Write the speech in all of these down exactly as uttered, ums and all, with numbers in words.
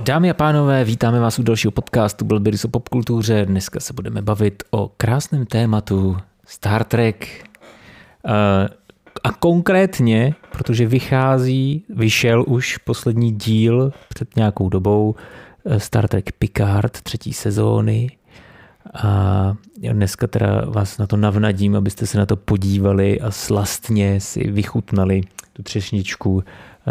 Dámy a pánové, vítáme vás u dalšího podcastu Blběrys o popkultuře. Dneska se budeme bavit o krásném tématu Star Trek. A konkrétně, protože vychází, vyšel už poslední díl před nějakou dobou Star Trek Picard třetí sezóny. A dneska teda vás na to navnadím, abyste se na to podívali a slastně si vychutnali tu třešničku.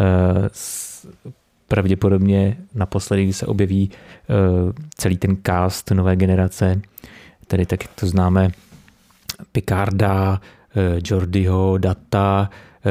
Pravděpodobně naposledy, kdy se objeví celý ten cast nové generace, tedy tak, jak to známe, Picarda, Geordiho, Data,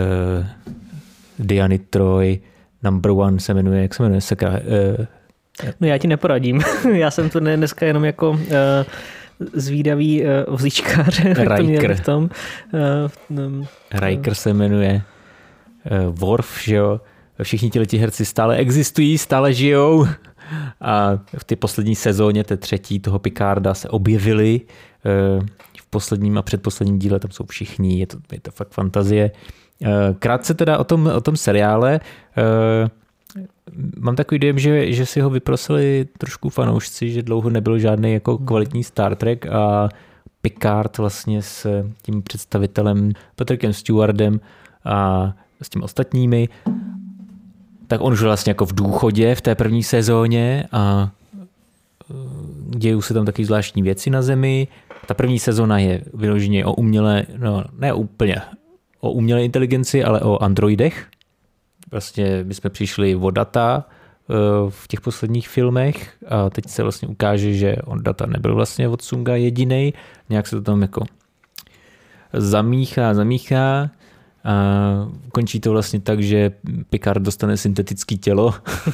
Diany Troy, Number One se jmenuje, jak se jmenuje? Seka, No já ti neporadím. Já jsem to dneska jenom jako uh, zvídavý uh, vozíčkář. Riker. V tom. Uh, um, Riker se jmenuje. Uh, Worf, že jo. Všichni ti herci stále existují, stále žijou. A v té poslední sezóně, té třetí toho Picarda se objevili. Uh, v posledním a předposledním díle tam jsou všichni. Je to, je to fakt fantazie. Uh, krátce teda o tom, o tom seriále. Uh, Mám takový dojem, že, že si ho vyprosili trošku fanoušci, že dlouho nebyl žádný jako kvalitní Star Trek a Picard vlastně s tím představitelem Patrickem Stewardem a s tím ostatními, tak on už vlastně jako v důchodě v té první sezóně a dějou se tam taky zvláštní věci na Zemi. Ta první sezóna je vyloženě o umělé, no ne úplně o umělé inteligenci, ale o androidech. Vlastně my jsme přišli o Data v těch posledních filmech a teď se vlastně ukáže, že on Data nebyl vlastně od Sunga jedinej. Nějak se to tam jako zamíchá, zamíchá a končí to vlastně tak, že Picard dostane syntetické tělo.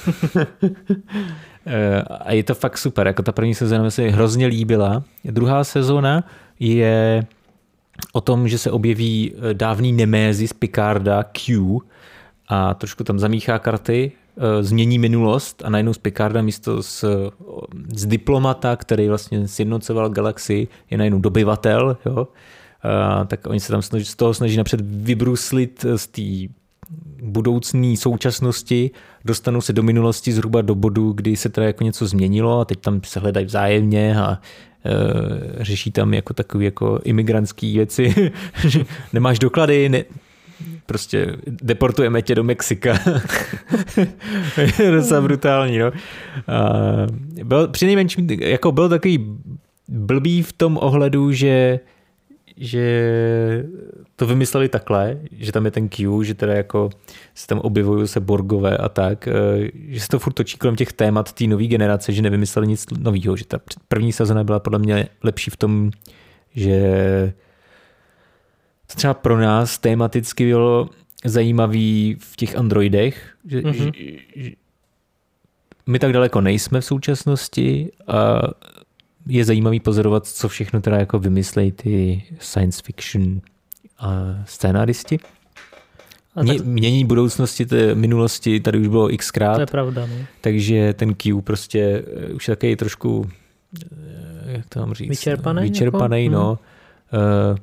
A je to fakt super. Jako ta první sezóna se hrozně líbila. Druhá sezóna je o tom, že se objeví dávný nemézis Picarda Q, a trošku tam zamíchá karty, změní minulost a najednou z Picarda místo z, z diplomata, který vlastně sjednocoval galaxii, je najednou dobyvatel. Jo? A, tak oni se tam snaží, z toho snaží napřed vybruslit z té budoucné současnosti, dostanou se do minulosti zhruba do bodu, kdy se teda jako něco změnilo a teď tam se hledají vzájemně a e, řeší tam jako takové jako imigrantské věci. Nemáš doklady, ne, prostě deportujeme tě do Mexika. Je docela brutální, no. A byl, přinejmenším, jako byl takový blbý v tom ohledu, že, že to vymysleli takhle, že tam je ten Q, že teda jako se tam objevují se Borgové a tak, že se to furt točí kolem těch témat té nové generace, že nevymysleli nic nového, že ta první sezona byla podle mě lepší v tom, že to třeba pro nás tematicky bylo zajímavý v těch androidech, že, mm-hmm. že, že my tak daleko nejsme v současnosti a je zajímavý pozorovat, co všechno teda jako vymyslejí ty science fiction a scénáristi. A Mě, tak... Mění budoucnosti, té minulosti tady už bylo xkrát. To je pravda. No. Takže ten Q prostě už je takový trošku, jak to mám říct, vyčerpaný. Vyčerpaný, jako? no. Hmm. Uh,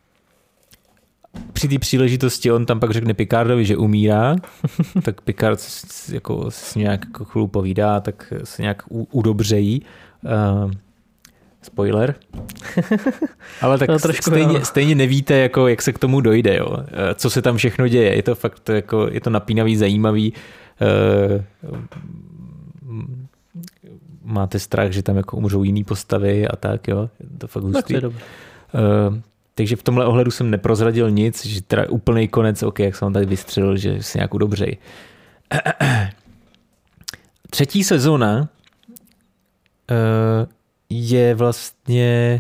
Při té příležitosti on tam pak řekne Picardovi, že umírá, tak Picard jako se nějak jako chvíli povídá, tak se nějak udobřejí. Uh, spoiler. Ale tak no, stejně, stejně nevíte, jako, jak se k tomu dojde, jo. Uh, co se tam všechno děje. Je to fakt jako, je to napínavý, zajímavý. Uh, máte strach, že tam jako umřou jiný postavy a tak, jo. Je to fakt hustý. Tak to je dobré. Uh, Takže v tomhle ohledu jsem neprozradil nic, že teda úplný konec, ok, jak jsem vám tady vystřelil, že si nějakou dobřej. Třetí sezóna uh, je vlastně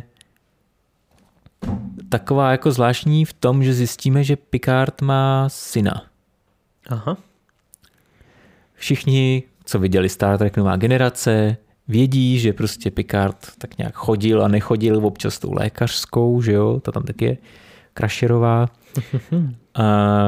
taková jako zvláštní v tom, že zjistíme, že Picard má syna. Aha. Všichni, co viděli Star Trek Nová generace, vědí, že prostě Picard tak nějak chodil a nechodil občas tou lékařskou, že jo, ta tam taky je Crusherová. A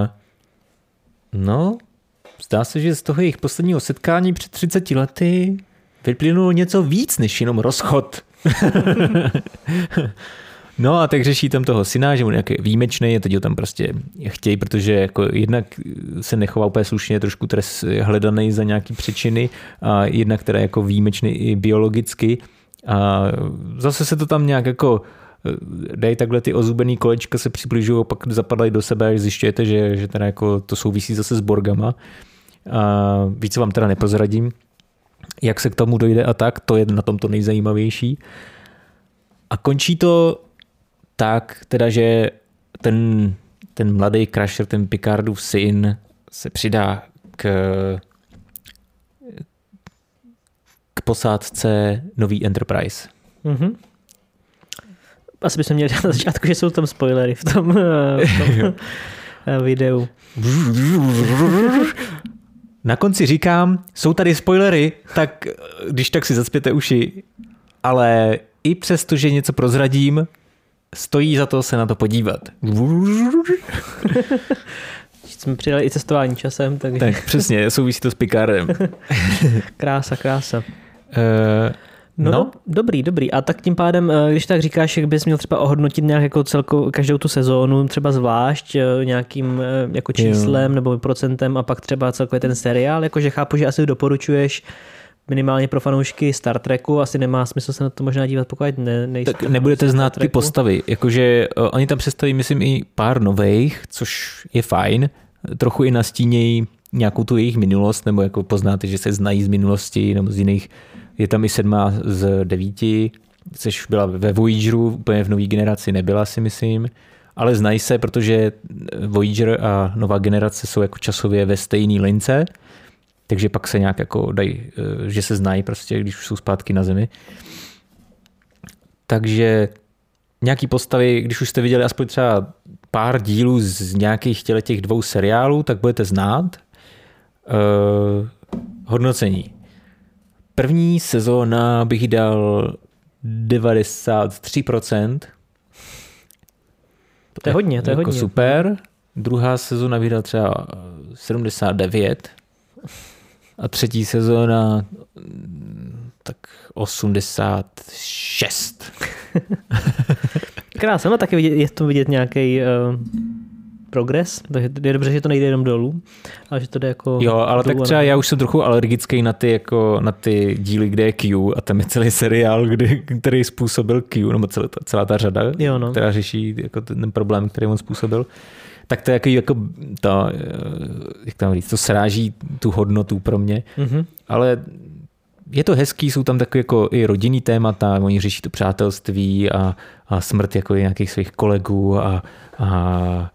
no, zdá se, že z toho jejich posledního setkání před třiceti lety vyplynulo něco víc než jenom rozchod. No a tak řeší tam toho syna, že on je nějaký výjimečný a teď ho tam prostě chtějí, protože jako jednak se nechová úplně slušně, trošku trest hledaný za nějaký přečiny a jednak teda jako výjimečný i biologicky. A zase se to tam nějak jako dají takhle ty ozubený kolečka, se přibližují a pak zapadají do sebe, až zjišťujete, že, že teda jako to souvisí zase s Borgama. A víc vám teda neprozradím, jak se k tomu dojde a tak, to je na tom to nejzajímavější. A končí to tak, teda, že ten, ten mladý Crusher, ten Picardův syn se přidá k, k posádce nový Enterprise. Mm-hmm. Asi bychom měli na začátku, že jsou tam spoilery v tom, v tom videu. Na konci říkám, jsou tady spoilery, tak když tak si zacpěte uši, ale i přesto, že něco prozradím, stojí za to se na to podívat. Jsme přidali i cestování časem. Takže... Tak přesně, souvisí to s Picardem. Krása, krása. Uh, no, no, dobrý, dobrý. A tak tím pádem, když tak říkáš, jak bys měl třeba ohodnotit nějak jako celkou, každou tu sezónu, třeba zvlášť nějakým jako číslem jo. nebo procentem a pak třeba celkově ten seriál, jakože chápu, že asi doporučuješ minimálně pro fanoušky Star Treku, asi nemá smysl se na to možná dívat, pokud ne, nejste. Tak nebudete znát ty postavy, jakože uh, oni tam představí, myslím, i pár nových, což je fajn, trochu i nastínějí nějakou tu jejich minulost, nebo jako poznáte, že se znají z minulosti, nebo z jiných. Je tam i sedma z devíti, což byla ve Voyageru, úplně v nový generaci nebyla, si myslím, ale znají se, protože Voyager a nová generace jsou jako časově ve stejné lince, takže pak se nějak jako dají, že se znají prostě, když už jsou zpátky na Zemi. Takže nějaký postavy, když už jste viděli aspoň třeba pár dílů z nějakých těch dvou seriálů, tak budete znát. Uh, hodnocení. První sezóna bych dal devadesát tři procent. To je hodně, to je jako hodně. Super. Druhá sezóna bych dal třeba sedmdesát devět. A třetí sezóna tak osmdesát šest. Krásně, no taky vidět, je to vidět nějaký uh, progres, takže je dobře, že to nejde jenom dolů, ale že to jde jako... Jo, ale tak třeba já už jsem trochu alergický na ty, jako, na ty díly, kde je Q a tam je celý seriál, kdy, který způsobil Q, nebo celá ta, celá ta řada, jo, no. která řeší jako ten problém, který on způsobil. Tak to je jako, jako to, jak tam říct, to sráží tu hodnotu pro mě, mm-hmm. ale je to hezký, jsou tam takové jako i rodinný témata, oni řeší to přátelství a, a smrt jako nějakých svých kolegů a, a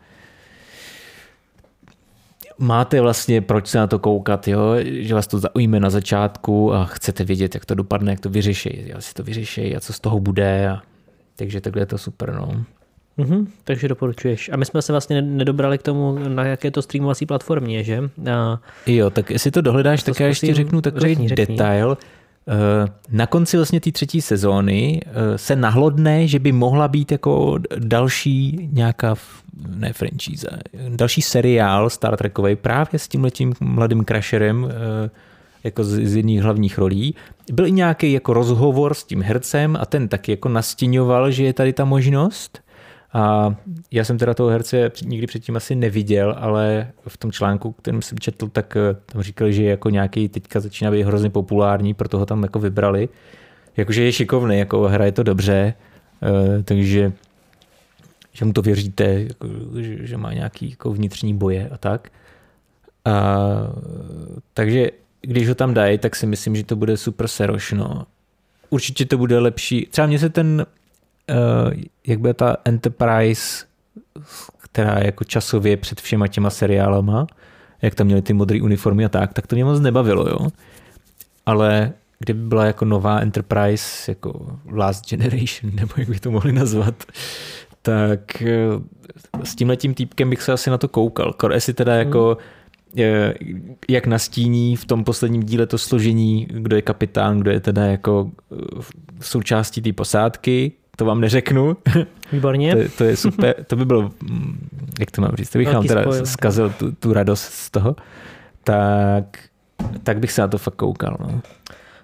máte vlastně proč se na to koukat, jo? Že vás to zaujme na začátku a chcete vědět, jak to dopadne, jak to vyřeší, jak si to vyřeší a co z toho bude. A... Takže takhle je to super. No. Mm-hmm, takže doporučuješ. A my jsme se vlastně nedobrali k tomu, na jaké to streamovací platformě, že? A... Jo, tak jestli to dohledáš, tak já ještě řeknu takový řekni, řekni. detail. Na konci vlastně té třetí sezóny se nahlodne, že by mohla být jako další nějaká, ne franchise, další seriál Star Trekový právě s tímhletím mladým Crusherem jako z, z jedných hlavních rolí. Byl i nějaký jako rozhovor s tím hercem a ten taky jako nastíňoval, že je tady ta možnost. A já jsem teda toho herce nikdy předtím asi neviděl, ale v tom článku, kterým jsem četl, tak tam říkali, že jako nějaký teďka začíná být hrozně populární, proto ho tam jako vybrali. Jakože je šikovný, jako hraje to dobře, takže že mu to věříte, jako, že, že má nějaký jako vnitřní boje a tak. A, takže když ho tam dají, tak si myslím, že to bude super seroš. No. Určitě to bude lepší. Třeba mně se ten Uh, jak byla ta Enterprise, která je jako časově před všema těma seriálama, jak tam měli ty modré uniformy a tak, tak to mě moc nebavilo, jo. Ale kdyby byla jako nová Enterprise, jako Last Generation, nebo jak by to mohli nazvat, tak uh, s tímhletím týpkem bych se asi na to koukal. Kor jestli teda jako uh, jak nastíní v tom posledním díle to složení, kdo je kapitán, kdo je teda jako uh, součástí té posádky, to vám neřeknu. Výborně. To, to je super. To by bylo, jak to mám říct, to bych vám teda spojil. zkazil tu, tu radost z toho. Tak, tak bych se na to fakt koukal. No.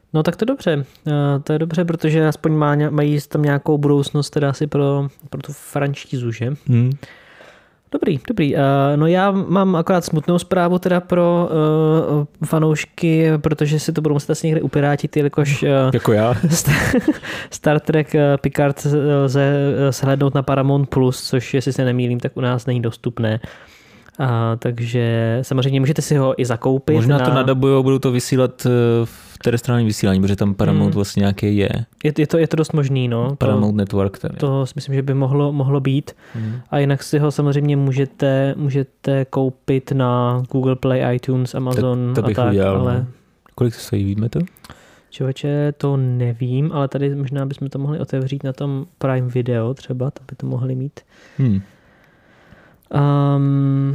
No tak to je dobře. To je dobře, protože aspoň má, mají tam nějakou budoucnost teda asi pro, pro tu franšízu, že? Hmm. Dobrý, dobrý. No já mám akorát smutnou zprávu teda pro uh, fanoušky, protože si to budou muset asi někde upirátit, jelikož uh, jako já. Star Trek Picard lze shlédnout na Paramount Plus, což jestli se nemýlím, tak u nás není dostupné. A, takže samozřejmě můžete si ho i zakoupit. Možná na... to nadabujou, budou to vysílat v terestriálním vysílání, protože tam Paramount hmm. vlastně nějaký je. Je, je, to, je to dost možný, no. Paramount to, Network tady. To si myslím, že by mohlo, mohlo být. Hmm. A jinak si ho samozřejmě můžete, můžete koupit na Google Play, iTunes, Amazon to, to bych a tak. udělal, ale... no. Kolik to stojí, víme to? Člověče, to nevím, ale tady možná bychom to mohli otevřít na tom Prime Video třeba, to by to mohli mít. Hmm. Um,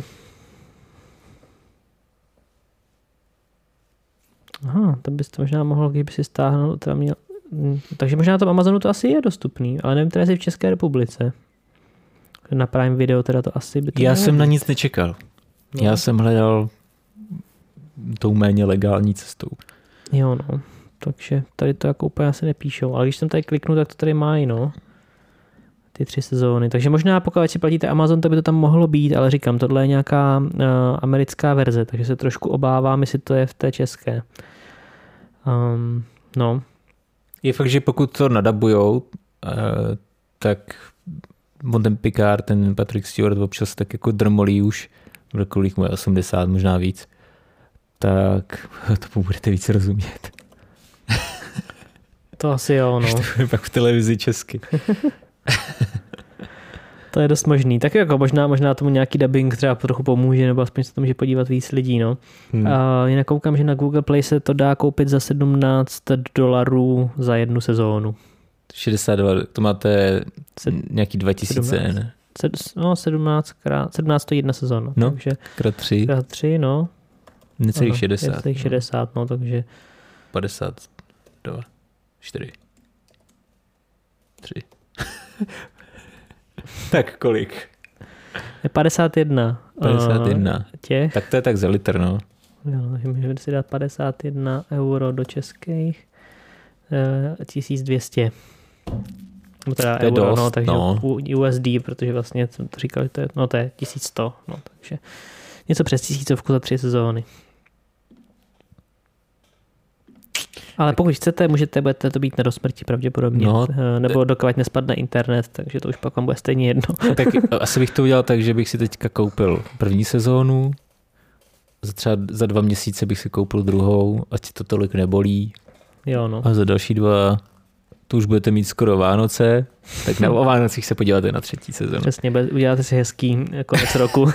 aha, to bys to možná mohl, když by si stáhnul, teda měl, takže možná na tom Amazonu to asi je dostupný, ale nevím, teda jestli v České republice. Na Prime Video teda to asi by to Já jsem být. na nic nečekal. No. Já jsem hledal tou méně legální cestou. Jo, no. Takže tady to jako úplně asi nepíšou. Ale když jsem tady kliknu, tak to tady mají, no. Ty tři sezóny. Takže možná pokud si platíte Amazon, tak by to tam mohlo být, ale říkám, tohle je nějaká uh, americká verze, takže se trošku obávám, jestli to je v té české. Um, no. Je fakt, že pokud to nadabujou, uh, tak on ten Picard, ten Patrick Stewart občas tak jako drmolí už, kolik mu je osmdesát, možná víc, tak to budete víc rozumět. To asi jo, no. To bude pak v televizi česky. To je dost možný. Tak jako možná, možná tomu nějaký dubbing třeba trochu pomůže, nebo aspoň se to může podívat víc lidí, no. Hmm. A jinak koukám, že na Google Play se to dá koupit za sedmnáct dolarů za jednu sezónu. šedesát dolarů, to máte Sed... nějaký dva tisíce, ne? Sed... No, sedmnáct krát, sedmnáct to jedna sezóna. No, takže krát tři. Krát tři, no. Necelých šedesát. Necelých šedesát, no, takže. padesát dva, čtyři, tři. Tak kolik? Je padesát jedna. padesát jedna. Těch. Tak to je tak za litr, no. Jo, takže můžeme si dát padesát jedna euro do českých. tisíc dvě stě. No teda to je euro, dost, no, takže no. U S D, protože vlastně jsem to říkal, že to je, no to je tisíc sto, no, takže něco přes tisícovku za tři sezóny. Ale pokud chcete, můžete, budete to být na dosmrti pravděpodobně, no, nebo dokud nespadne internet, takže to už pak vám bude stejně jedno. Tak asi bych to udělal tak, že bych si teďka koupil první sezónu, za třeba za dva měsíce bych si koupil druhou, ať to tolik nebolí. Jo, no. A za další dva, to už budete mít skoro Vánoce, tak na o Vánocích se podíváte na třetí sezónu. Přesně, uděláte si hezký konec roku.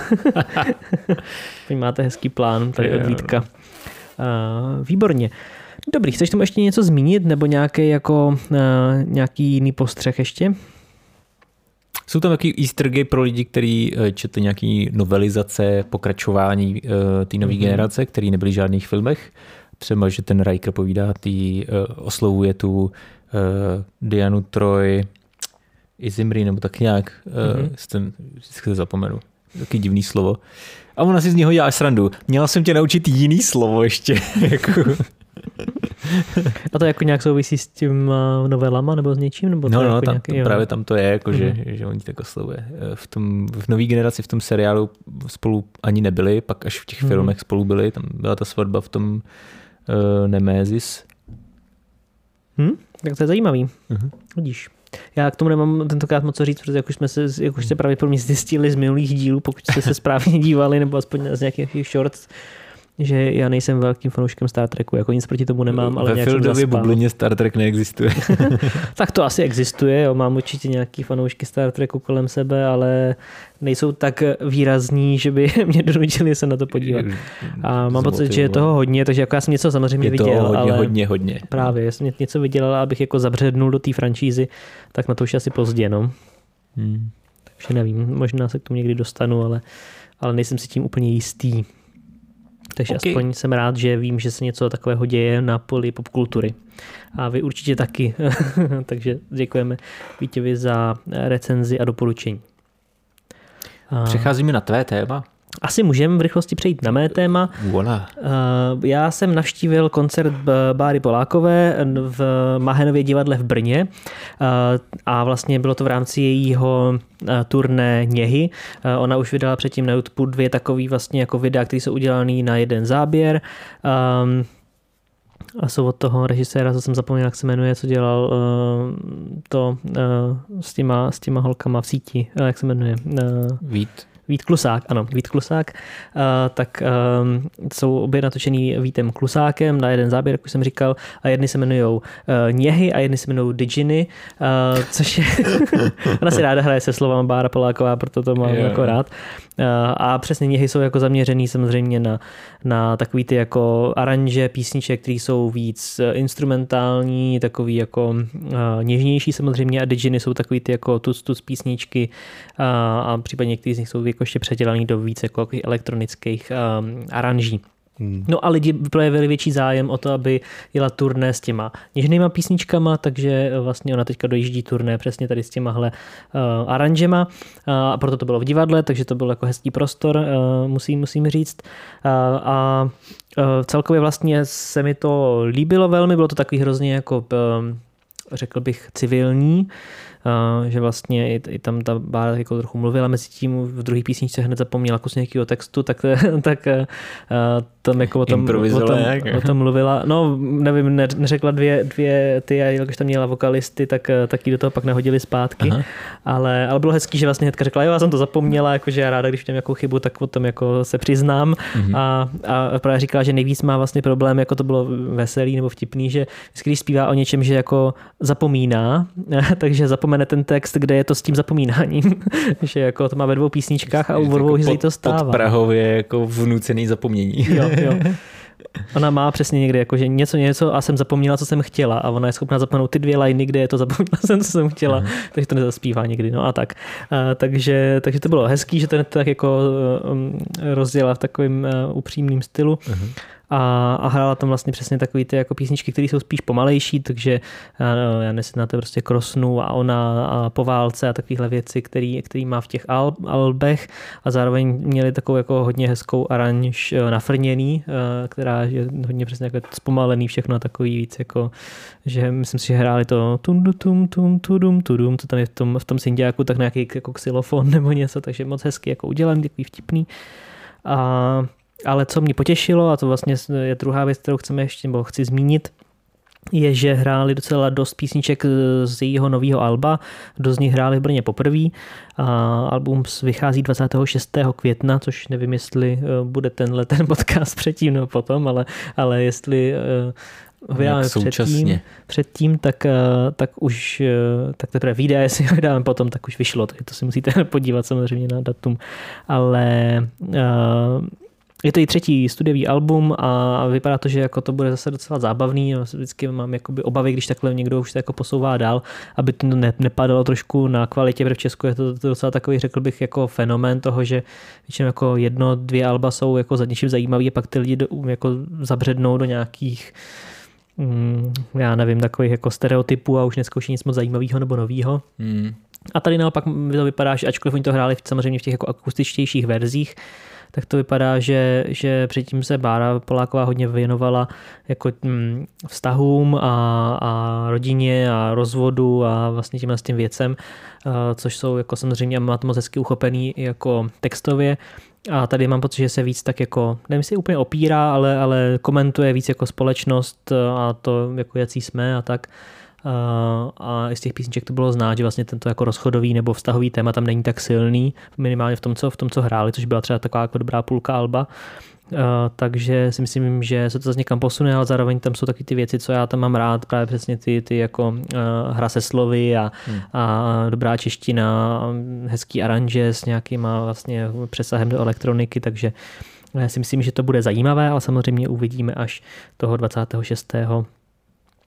Máte hezký plán tady od Vítka. Uh, výborně. Dobrý, chceš tomu ještě něco zmínit, nebo nějaký, jako, uh, nějaký jiný postřeh ještě? Jsou tam taky easter eggy pro lidi, kteří četli nějaký novelizace, pokračování uh, té nové mm-hmm. generace, který nebyly v žádných filmech. Třeba, že ten Riker povídá, tý, uh, oslovuje tu uh, Dianu Troy Izimri, nebo tak nějak, uh, mm-hmm. ten, vždycky to zapomenu. Taky divný slovo. A ona si z něho dělá srandu. Měla jsem tě naučit jiný slovo ještě. A to jako nějak souvisí s tím novelama nebo s něčím? Nebo to no, no, jako tam, nějaký, tam právě tam to je, jako, mm-hmm. že, že oni tak oslovuje. V, tom, v nový generaci v tom seriálu spolu ani nebyli, pak až v těch mm-hmm. filmech spolu byli. Tam byla ta svatba v tom uh, Nemesis. Hmm? Tak to je zajímavý. Mm-hmm. Vidíš. Já k tomu nemám tentokrát moc co říct, protože jak už jsme se, jak už jste právě pro mě zjistili z minulých dílů, pokud jste se správně dívali, nebo aspoň z nějakých shorts, že já nejsem velkým fanouškem Star Treku, jako nic proti tomu nemám, ale Ve nějak jsem zaspal. Ve Fieldově bublině Star Trek neexistuje. Tak to asi existuje, jo. Mám určitě nějaký fanoušky Star Treku kolem sebe, ale nejsou tak výrazní, že by mě donutili se na to podívat. A mám pocit, že je toho hodně, takže jako já jsem něco samozřejmě je viděl, toho hodně, ale hodně, hodně. Právě, já jsem něco viděl, abych jako zabřednul do té franšízy, tak na to už asi pozdě, no. Hmm. Takže nevím, možná se k tomu někdy dostanu, ale, ale nejsem si tím úplně jistý. Takže okay. Aspoň jsem rád, že vím, že se něco takového děje na poli popkultury. A vy určitě taky. Takže děkujeme Vítěvi za recenzi a doporučení. Přecházíme na tvé téma. Asi můžeme v rychlosti přejít na mé téma. Voilà. Já jsem navštívil koncert Báry Polákové v Mahenově divadle v Brně a vlastně bylo to v rámci jejího turné Něhy. Ona už vydala předtím na YouTube dvě takový vlastně jako videa, které jsou udělané na jeden záběr. A jsou od toho režiséra, co jsem zapomněl, jak se jmenuje, co dělal uh, to uh, s, těma, s těma holkama v síti. Uh, jak se jmenuje? Uh, Vít. Vít Klusák, ano, Vít Klusák. Uh, tak um, jsou obě natočený Vítem Klusákem na jeden záběr, jak už jsem říkal, a jedny se jmenují uh, Něhy a jedny se jmenují Didžiny, uh, což je... Ona si ráda hraje se slovama Bára Poláková, proto to mám yeah. jako rád. Uh, a přesně Něhy jsou jako zaměřený samozřejmě na, na takový ty jako aranže písniček, které jsou víc instrumentální, takový jako uh, něžnější samozřejmě, a Didžiny jsou takový ty jako tuc tuc písničky uh, a případně některý z nich jsou jako ještě předělaný do víc jako elektronických um, aranží. Hmm. No a lidi projevili větší zájem o to, aby jela turné s těma něžnýma písničkama, takže vlastně ona teďka dojíždí turné přesně tady s těmahle uh, aranžema uh, a proto to bylo v divadle, takže to byl jako hezký prostor, uh, musím, musím říct. Uh, a uh, celkově vlastně se mi to líbilo velmi, bylo to takový hrozně jako uh, řekl bych civilní, Uh, že vlastně i, i tam ta Bára jako trochu mluvila, mezi tím v druhé písničce hned zapomněla kus nějakého textu, tak, tak uh, tam jako o tom, o, tom, o tom mluvila. No, nevím, ne, neřekla dvě, dvě ty, a jelikož tam měla vokalisty, tak, tak jí do toho pak nehodili zpátky. Ale, ale bylo hezký, že vlastně hnedka řekla, jo, já jsem to zapomněla, jakože já ráda, když mám nějakou chybu, tak o tom jako se přiznám. Mm-hmm. A, a právě říkala, že nejvíc má vlastně problém, jako to bylo veselý nebo vtipný, že když zpívá o něčem, že jako zapomíná, takže zapomene ten text, kde je to s tím zapomínáním. Že jako to má ve dvou písničkách a u dvou jako to stává. Pod Prahově jako vnucený zapomnění. Jo, jo. Ona má přesně někdy, jako, že něco, něco a jsem zapomněla, co jsem chtěla, a ona je schopná zapomenout ty dvě liny, kde je to zapomněla jsem, co jsem chtěla, uh-huh. takže to nezaspívá někdy, no a tak. A, takže, takže to bylo hezký, že to tak jako um, rozdělala v takovém uh, upřímným stylu. Uh-huh. A, a hrála tam vlastně přesně takový ty jako písničky, které jsou spíš pomalejší, takže no, já nesím na to prostě Krosnu a ona a Po válce a takovéhle věci, který, který má v těch al, albech, a zároveň měli takovou jako hodně hezkou aranž Nafrněný, která je hodně přesně jako zpomalený všechno a takový víc jako, že myslím si, že hráli to tum tum tum tudum tudum, co tam je v tom, v tom syndiáku, tak nějaký jako xylofon nebo něco, takže moc hezky jako udělaný, takový vtipný. A ale co mě potěšilo, a to vlastně je druhá věc, kterou chceme ještě, nebo chci zmínit, je, že hráli docela dost písniček z jejího nového alba. Dost z nich hráli v Brně poprvé. Album vychází dvacátého šestého května, což nevím, jestli bude tenhle ten podcast předtím nebo potom, ale, ale jestli ho vydáme předtím, předtím tak, tak už tak teprve vyjde, jestli ho vydáme potom, tak už vyšlo. Takže to si musíte podívat samozřejmě na datum. Ale je to i třetí studiový album a vypadá to, že jako to bude zase docela zábavný. Vždycky mám jakoby obavy, když takhle někdo už to jako posouvá dál, aby to ne, nepadalo trošku na kvalitě, protože v Česku je to, to docela takový, řekl bych, jako fenomén toho, že většinou jako jedno, dvě alba jsou jako za něčím zajímavý a pak ty lidi do, jako zabřednou do nějakých mm, já nevím, takových jako stereotypů a už neskouší nic moc zajímavého nebo nového. Hmm. A tady naopak to vypadá, že ačkoliv oni to hráli samozřejmě v těch jako akustičtějších verzích, tak to vypadá, že, že předtím se Bára Poláková hodně věnovala jako hm, vztahům a, a rodině a rozvodu a vlastně tímhle s tím věcem, což jsou jako samozřejmě má to moc hezky uchopený jako textově. A tady mám pocit, že se víc tak jako, nevím, si úplně opírá, ale, ale komentuje víc jako společnost a to, jako jací jsme a tak. A i z těch písniček to bylo znát, že vlastně tento jako rozchodový nebo vztahový téma tam není tak silný, minimálně v tom, co, v tom, co hráli, což byla třeba taková jako dobrá půlka alba. Uh, takže si myslím, že se to zase někam posune, ale zároveň tam jsou taky ty věci, co já tam mám rád, právě přesně ty, ty jako uh, hra se slovy a, hmm. a dobrá čeština, hezký aranže s nějakýma vlastně přesahem do elektroniky, takže já si myslím, že to bude zajímavé, ale samozřejmě uvidíme až toho dvacátého šestého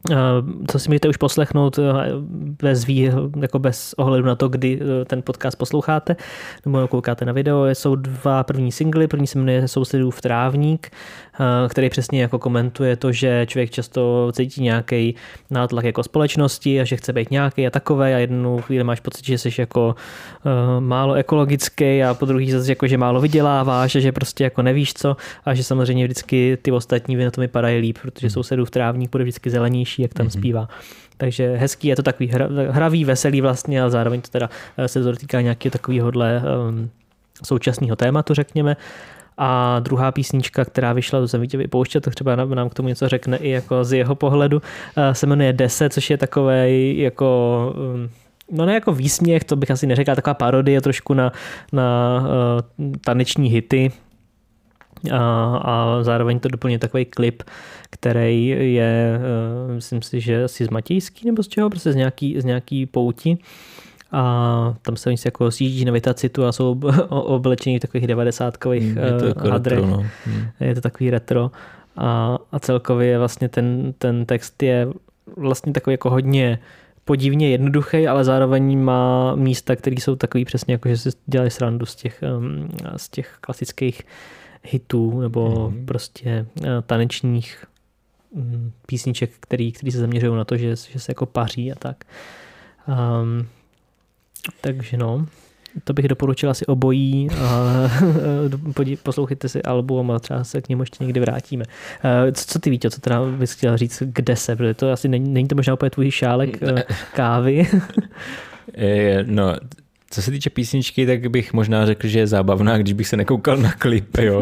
co si můžete už poslechnout bez, vý, jako bez ohledu na to, kdy ten podcast posloucháte nebo koukáte na video. Jsou dva první singly. První se jmenuje Sousedův trávník, který přesně jako komentuje to, že člověk často cítí nějaký nátlak jako společnosti a že chce být nějaký a takovej a jednu chvíli máš pocit, že jsi jako málo ekologický a po druhý zase jako, že málo vyděláváš a že prostě jako nevíš co a že samozřejmě vždycky ty ostatní na to vypadají líp, protože Sousedův trávník bude vždycky zelenější, jak tam mm-hmm. zpívá. Takže hezký, je to takový hra, hravý, veselý vlastně, ale zároveň to teda se to dotýká nějakého takovéhohle um, současného tématu, řekněme. A druhá písnička, která vyšla, to jsem viděl vypouštět, tak třeba nám k tomu něco řekne i jako z jeho pohledu, se jmenuje Dese, což je takovej jako... Um, no ne jako výsměch, to bych asi neřekl, taková parodie trošku na, na uh, taneční hity. A, a zároveň to doplňuje takový klip, který je, uh, myslím si, že asi z Matějský nebo z čeho, prostě z nějaký, z nějaký pouti. A tam se oni si jako sjíždí na Vitacitu a jsou oblečení v takových devadesátkových hmm, uh, hadrech. Retro, no. hmm. Je to takový retro. A, a celkově vlastně ten, ten text je vlastně takový jako hodně podivně jednoduchý, ale zároveň má místa, které jsou takový přesně jako, že si dělají srandu z těch, um, z těch klasických hitů nebo mm. prostě uh, tanečních um, písniček, který, který se zaměřují na to, že, že se jako paří a tak. Um, takže no, to bych doporučil asi obojí. Poslouchejte si album a třeba se k němu ještě někdy vrátíme. Co, co ty, Víťo, co teda bys chtěl říct, kde se? Protože to asi není, není to možná úplně tvůj šálek ne. kávy. No, co se týče písničky, tak bych možná řekl, že je zábavná, když bych se nekoukal na klip, jo.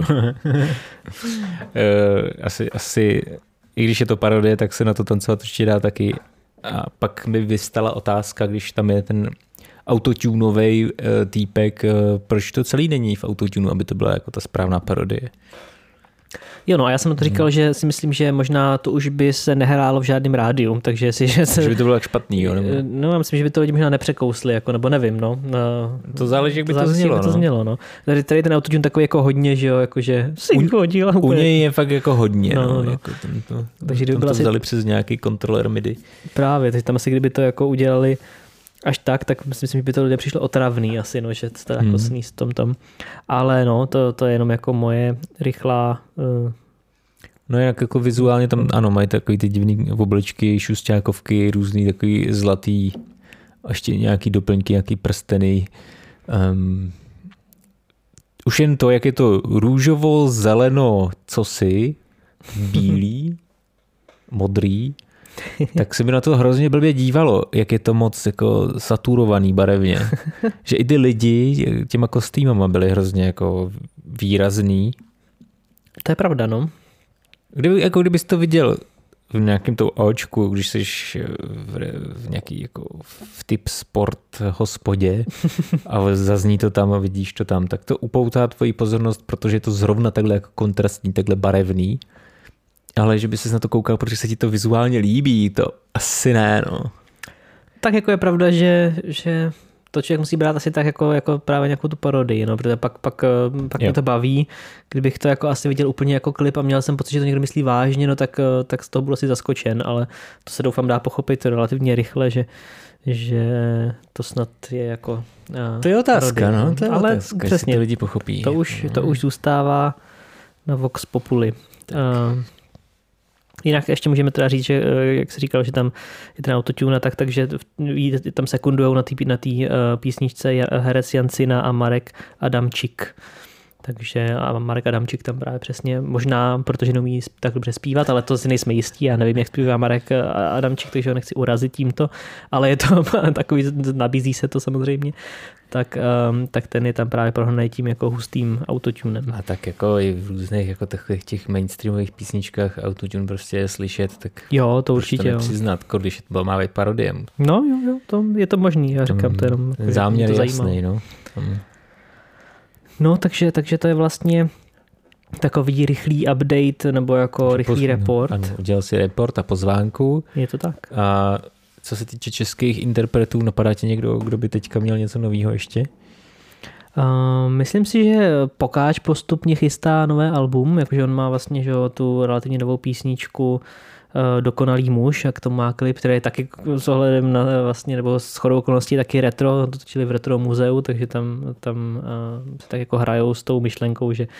asi, asi, i když je to parodie, tak se na to tancovat určitě dá taky. A pak mi vystala otázka, když tam je ten autotunovej uh, týpek, uh, proč to celý není v autotunu, aby to byla jako ta správná parodie. Jo, no a já jsem na to říkal, hmm. že si myslím, že možná to už by se nehrálo v žádném rádiu, takže si, že se... Že by to bylo tak špatný, jo? Nebo... No, já myslím, že by to lidi možná nepřekousli, jako, nebo nevím, no. To záleží, jak by to, to znělo, no. to znělo, no. Tady, tady ten autotune takový jako hodně, že jo, jakože si u, hodil. U úplně... něj je fakt jako hodně, no. no, no. Jako tento, takže kdyby to asi... vzali přes nějaký kontroler midi. Právě, takže tam asi kdyby to jako udělali až tak, tak myslím, že by to lidé přišlo otravný asi, no, že to jako hmm. sníst tom tom. Ale no, to, to je jenom jako moje rychlá... Uh... No jak jako vizuálně tam, ano, mají takový ty divný obličky, šusťákovky, různý takový zlatý, a ještě nějaký doplňky, nějaký prsteny. Um, už jen to, jak je to růžovo, zeleno, cosi, bílý, modrý, tak se mi na to hrozně blbě dívalo, jak je to moc jako saturovaný barevně. Že i ty lidi těma kostýmama byly hrozně jako výrazný. To je pravda, no. Kdyby, jako kdybys to viděl v nějakém tou očku, když jsi v, v nějaký jako v typ sport hospodě a zazní to tam a vidíš to tam, tak to upoutá tvoji pozornost, protože je to zrovna takhle jako kontrastní, takhle barevný. Ale že by ses na to koukal, protože se ti to vizuálně líbí, to asi ne, no. Tak jako je pravda, že, že to člověk musí brát asi tak jako, jako právě nějakou tu parodii, no, protože pak, pak, pak mě to baví. Kdybych to jako asi viděl úplně jako klip a měl jsem pocit, že to někdo myslí vážně, no tak, tak z toho budu asi zaskočen, ale to se doufám dá pochopit relativně rychle, že, že to snad je jako to je otázka, parodie, no, to je ale otázka, přesně, to lidi pochopí. To už, to už zůstává na Vox Populi. Uh, Jinak ještě můžeme teda říct, že jak jsi říkal, že tam je ten autotune, tak takže tam sekundujou na té na tý, uh, písničce herec Jancina a Marek Adamčík. Takže a Marek Adamčík tam právě přesně, možná, protože neumí tak dobře zpívat, ale to si nejsme jistí, já nevím, jak zpívá Marek Adamčík, takže ho nechci urazit tímto, ale je to takový, nabízí se to samozřejmě, tak, um, tak ten je tam právě prohnaný tím jako hustým autotunem. A tak jako i v různých jako takových těch mainstreamových písničkách autotune prostě je slyšet, tak jo, to určitě, to nepřiznat, když to má být parodiem. No jo, jo, to je to možný, já říkám, to jenom záměr to jasný, no. Tam... No, takže, takže to je vlastně takový rychlý update nebo jako rychlý report. Ano, udělal si report a pozvánku. Je to tak. A co se týče českých interpretů, napadá tě někdo, kdo by teďka měl něco nového ještě? Uh, myslím si, že Pokáč postupně chystá nové album, jakože on má vlastně že, tu relativně novou písničku Dokonalý muž, a k tomu má klip, který je taky s ohledem na vlastně, nebo s shodou okolností taky retro, to točili v retro muzeu, takže tam, tam se tak jako hrajou s tou myšlenkou, že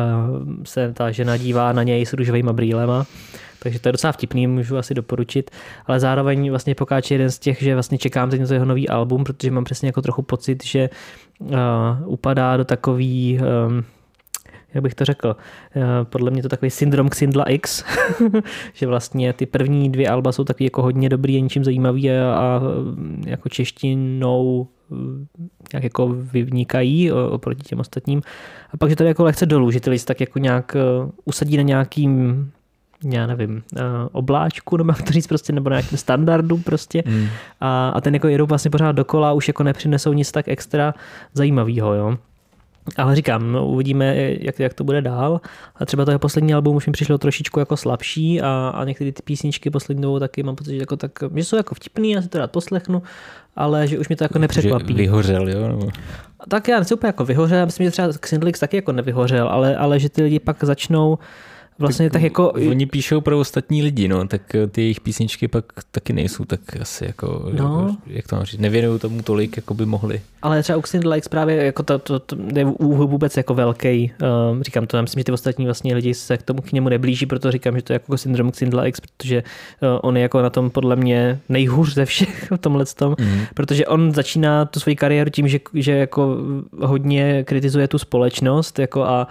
se ta žena dívá na něj s růžovýma brýlema. Takže to je docela vtipný, můžu asi doporučit, ale zároveň vlastně Pokáč je jeden z těch, že vlastně čekám teď na to jeho nový album, protože mám přesně jako trochu pocit, že uh, upadá do takový, um, jak bych to řekl, uh, podle mě to takový syndrom Xindla X, že vlastně ty první dvě alba jsou takový jako hodně dobrý a ničím zajímavý a, a jako češtinou jak jako vynikají oproti těm ostatním. A pak, že to je jako lehce dolů, že ty lidi tak jako nějak uh, usadí na nějakým já nevím, uh, obláčku, nebo jak to říct prostě, nebo na nějakém standardu prostě mm. a, a ten jako jedou vlastně pořád dokola, už jako nepřinesou nic tak extra zajímavého, jo. Ale říkám, no, uvidíme, jak, jak to bude dál. A třeba toho poslední album už mi přišlo trošičku jako slabší a, a některé ty písničky poslední dobou taky mám pocit, že, jako tak, že jsou jako vtipný, já si to rád poslechnu, ale že už mi to jako nepřekvapí. Že vyhořel, jo? Nebo... Tak já nechci úplně jako vyhořel, já myslím, že třeba Xindlix taky jako nevyhořel, ale, ale že ty lidi pak začnou vlastně tak, tak jako... Oni píšou pro ostatní lidi, no, tak ty jejich písničky pak taky nejsou tak asi jako, no. jak to mám říct, nevěnují tomu tolik, jako by mohli. Ale třeba u Xindlix právě jako to, to, to je vůbec jako velký, um, říkám to, já myslím, že ty ostatní vlastně lidi se k tomu k němu neblíží, proto říkám, že to je jako syndrom Xindlix, protože uh, on je jako na tom podle mě nejhůř ze všech v tomhle tom, mm. protože on začíná tu svoji kariéru tím, že, že jako hodně kritizuje tu společnost jako a,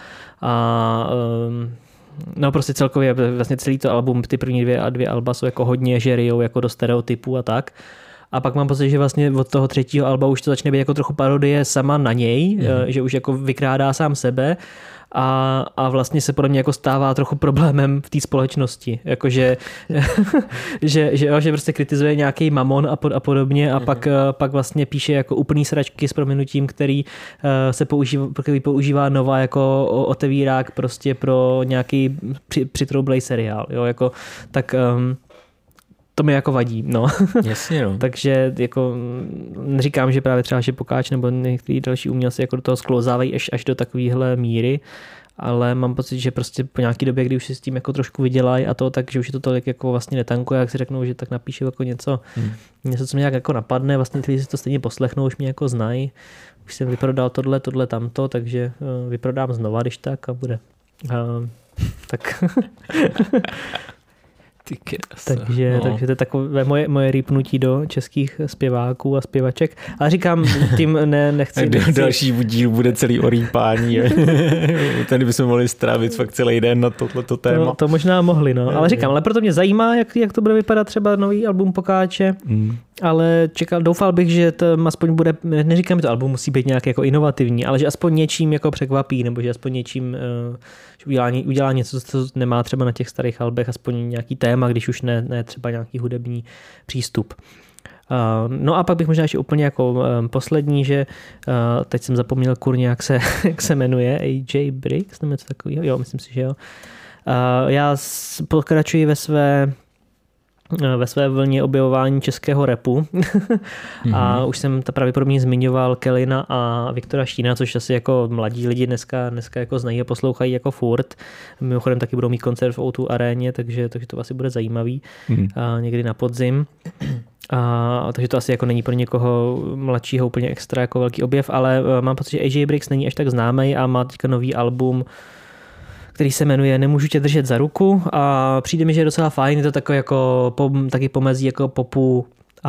a um, no prostě celkově vlastně celý to album, ty první dvě a dvě alba jsou jako hodně žerijou jako do stereotypů a tak. A pak mám pocit, že vlastně od toho třetího alba už to začne být jako trochu parodie sama na něj, mm. že už jako vykrádá sám sebe a, a vlastně se podle mě jako stává trochu problémem v té společnosti. Jakože, že, že, jo, že prostě kritizuje nějaký mamon a, pod, a podobně a mm. pak, pak vlastně píše jako úplný sračky s prominutím, který se používá, který používá nová jako otevírák prostě pro nějaký při, přitroublej seriál. Jo, jako, tak... Um, to mi jako vadí, no. Jasně, no. Takže jako neříkám, že právě třeba, že Pokáč nebo některý další umělci jako do toho sklouzávají až, až do takovéhle míry, ale mám pocit, že prostě po nějaký době, kdy už si s tím jako trošku vydělají a to, takže už je to tolik jako vlastně netankuje, jak si řeknou, že tak napíšu jako něco, hmm. něco, co mě nějak jako napadne, vlastně ty si to stejně poslechnou, už mě jako znají, už jsem vyprodal tohle, tohle, tamto, takže vyprodám znova, když tak a bude. Uh, tak... takže, no. takže to je takové moje, moje rýpnutí do českých zpěváků a zpěvaček. Ale říkám, tím ne, nechci... nechci... Další díl bude celý o rýpání. Tady bychom mohli strávit fakt celý den na tohleto téma. To, to možná mohli, no. Ale říkám, ale proto mě zajímá, jak, jak to bude vypadat třeba nový album Pokáče. Mm. Ale čekal, doufal bych, že to aspoň bude, neříkám, že to album musí být nějak jako inovativní, ale že aspoň něčím jako překvapí, nebo že aspoň něčím uh, že udělá, udělá něco, co nemá třeba na těch starých albech, aspoň nějaký téma, když už ne, ne třeba nějaký hudební přístup. Uh, no a pak bych možná ještě úplně jako um, poslední, že uh, teď jsem zapomněl kurně, jak se, jak se jmenuje, A J Briggs, nebo něco takového, jo, myslím si, že jo. Uh, já pokračuji ve své ve své vlně objevování českého rapu. mm-hmm. A už jsem ta pravděpodobně zmiňoval Kellyna a Viktora Štína, což asi jako mladí lidi dneska, dneska jako znají a poslouchají jako furt. Mimochodem taky budou mít koncert v O dva aréně, takže, takže to asi bude zajímavý. Mm-hmm. A někdy na podzim. A, takže to asi jako není pro někoho mladšího úplně extra jako velký objev, ale mám pocit, že A J Briggs není až tak známý a má teďka nový album, který se jmenuje Nemůžu tě držet za ruku a přijde mi, že je docela fajn, je to takové jako pom, taky pomezí jako popu a,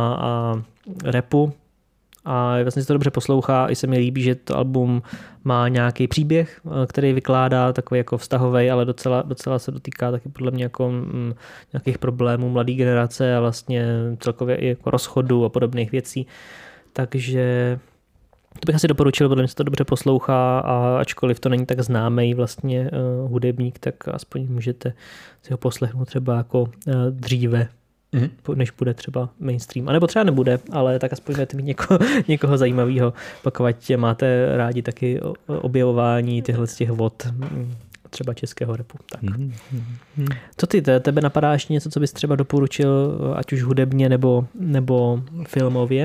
a rapu a vlastně se to dobře poslouchá, i se mi líbí, že to album má nějaký příběh, který vykládá takový jako vztahový, ale docela, docela se dotýká taky podle mě jako m, nějakých problémů mladé generace a vlastně celkově i jako rozchodu a podobných věcí, takže to bych asi doporučil, protože se to dobře poslouchá a ačkoliv to není tak známý vlastně uh, hudebník, tak aspoň můžete si ho poslechnout třeba jako uh, dříve, mm-hmm. než bude třeba mainstream. A nebo třeba nebude, ale tak aspoň budete mít někoho, někoho zajímavého, pokud máte rádi taky objevování těchto z těch vod třeba českého rapu. Tak. Mm-hmm. Co ty, tebe napadá ještě něco, co bys třeba doporučil, ať už hudebně nebo, nebo filmově?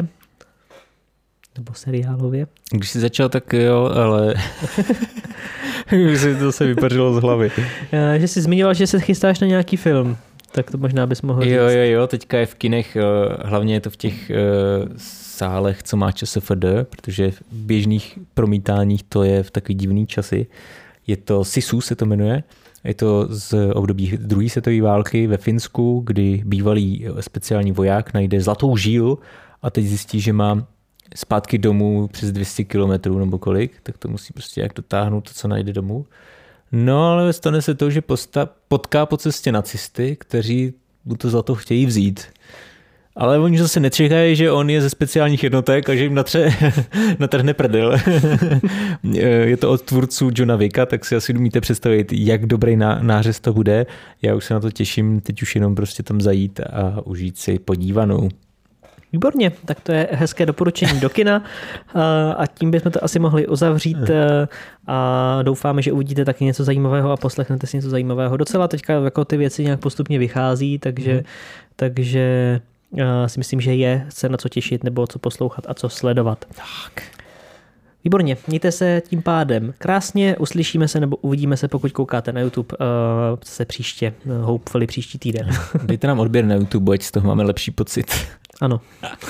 Nebo seriálově. Když jsi začal, tak jo, ale už si to se vypařilo z hlavy. Že jsi zmiňoval, že se chystáš na nějaký film. Tak to možná bys mohl říct. Jo, jo, jo, teďka je v kinech, hlavně je to v těch sálech, co má ČSFD, protože v běžných promítáních to je v takový divný časy. Je to Sisu, se to jmenuje. Je to z období druhé světové války ve Finsku, kdy bývalý speciální voják najde zlatou žílu a teď zjistí, že má zpátky domů přes dvě stě kilometrů nebo kolik, tak to musí prostě jak dotáhnout to, co najde domů. No ale stane se to, že posta, potká po cestě nacisty, kteří mu to zlato chtějí vzít. Ale oni zase nečekají, že on je ze speciálních jednotek a že jim natře, natrhne prdel. Je to od tvůrců Johna Wicka, tak si asi umíte představit, jak dobrý ná, nářez to bude. Já už se na to těším, teď už jenom prostě tam zajít a užít si podívanou. Výborně, tak to je hezké doporučení do kina a tím bychom to asi mohli uzavřít a doufáme, že uvidíte taky něco zajímavého a poslechnete si něco zajímavého. Docela teďka jako ty věci nějak postupně vychází, takže, hmm. takže si myslím, že je se na co těšit nebo co poslouchat a co sledovat. Tak. Výborně, mějte se tím pádem krásně, uslyšíme se nebo uvidíme se, pokud koukáte na YouTube se příště, hopefully příští týden. Dejte nám odběr na YouTube, ať z toho máme lepší pocit. Ano.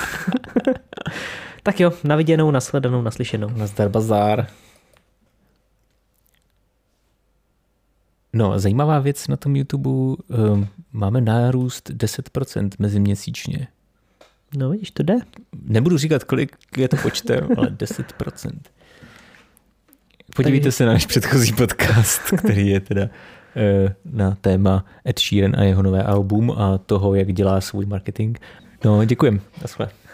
Tak jo, na viděnou, nashledanou, naslyšenou. Nazdar bazár. No, zajímavá věc na tom YouTube, um, máme nárůst deset procent meziměsíčně. No vidíš, to jde. Nebudu říkat, kolik je to počtem, ale deset procent. Podívejte Takže... se na náš předchozí podcast, který je teda uh, na téma Ed Sheeran a jeho nové album a toho, jak dělá svůj marketing. No, děkujem. Naschle.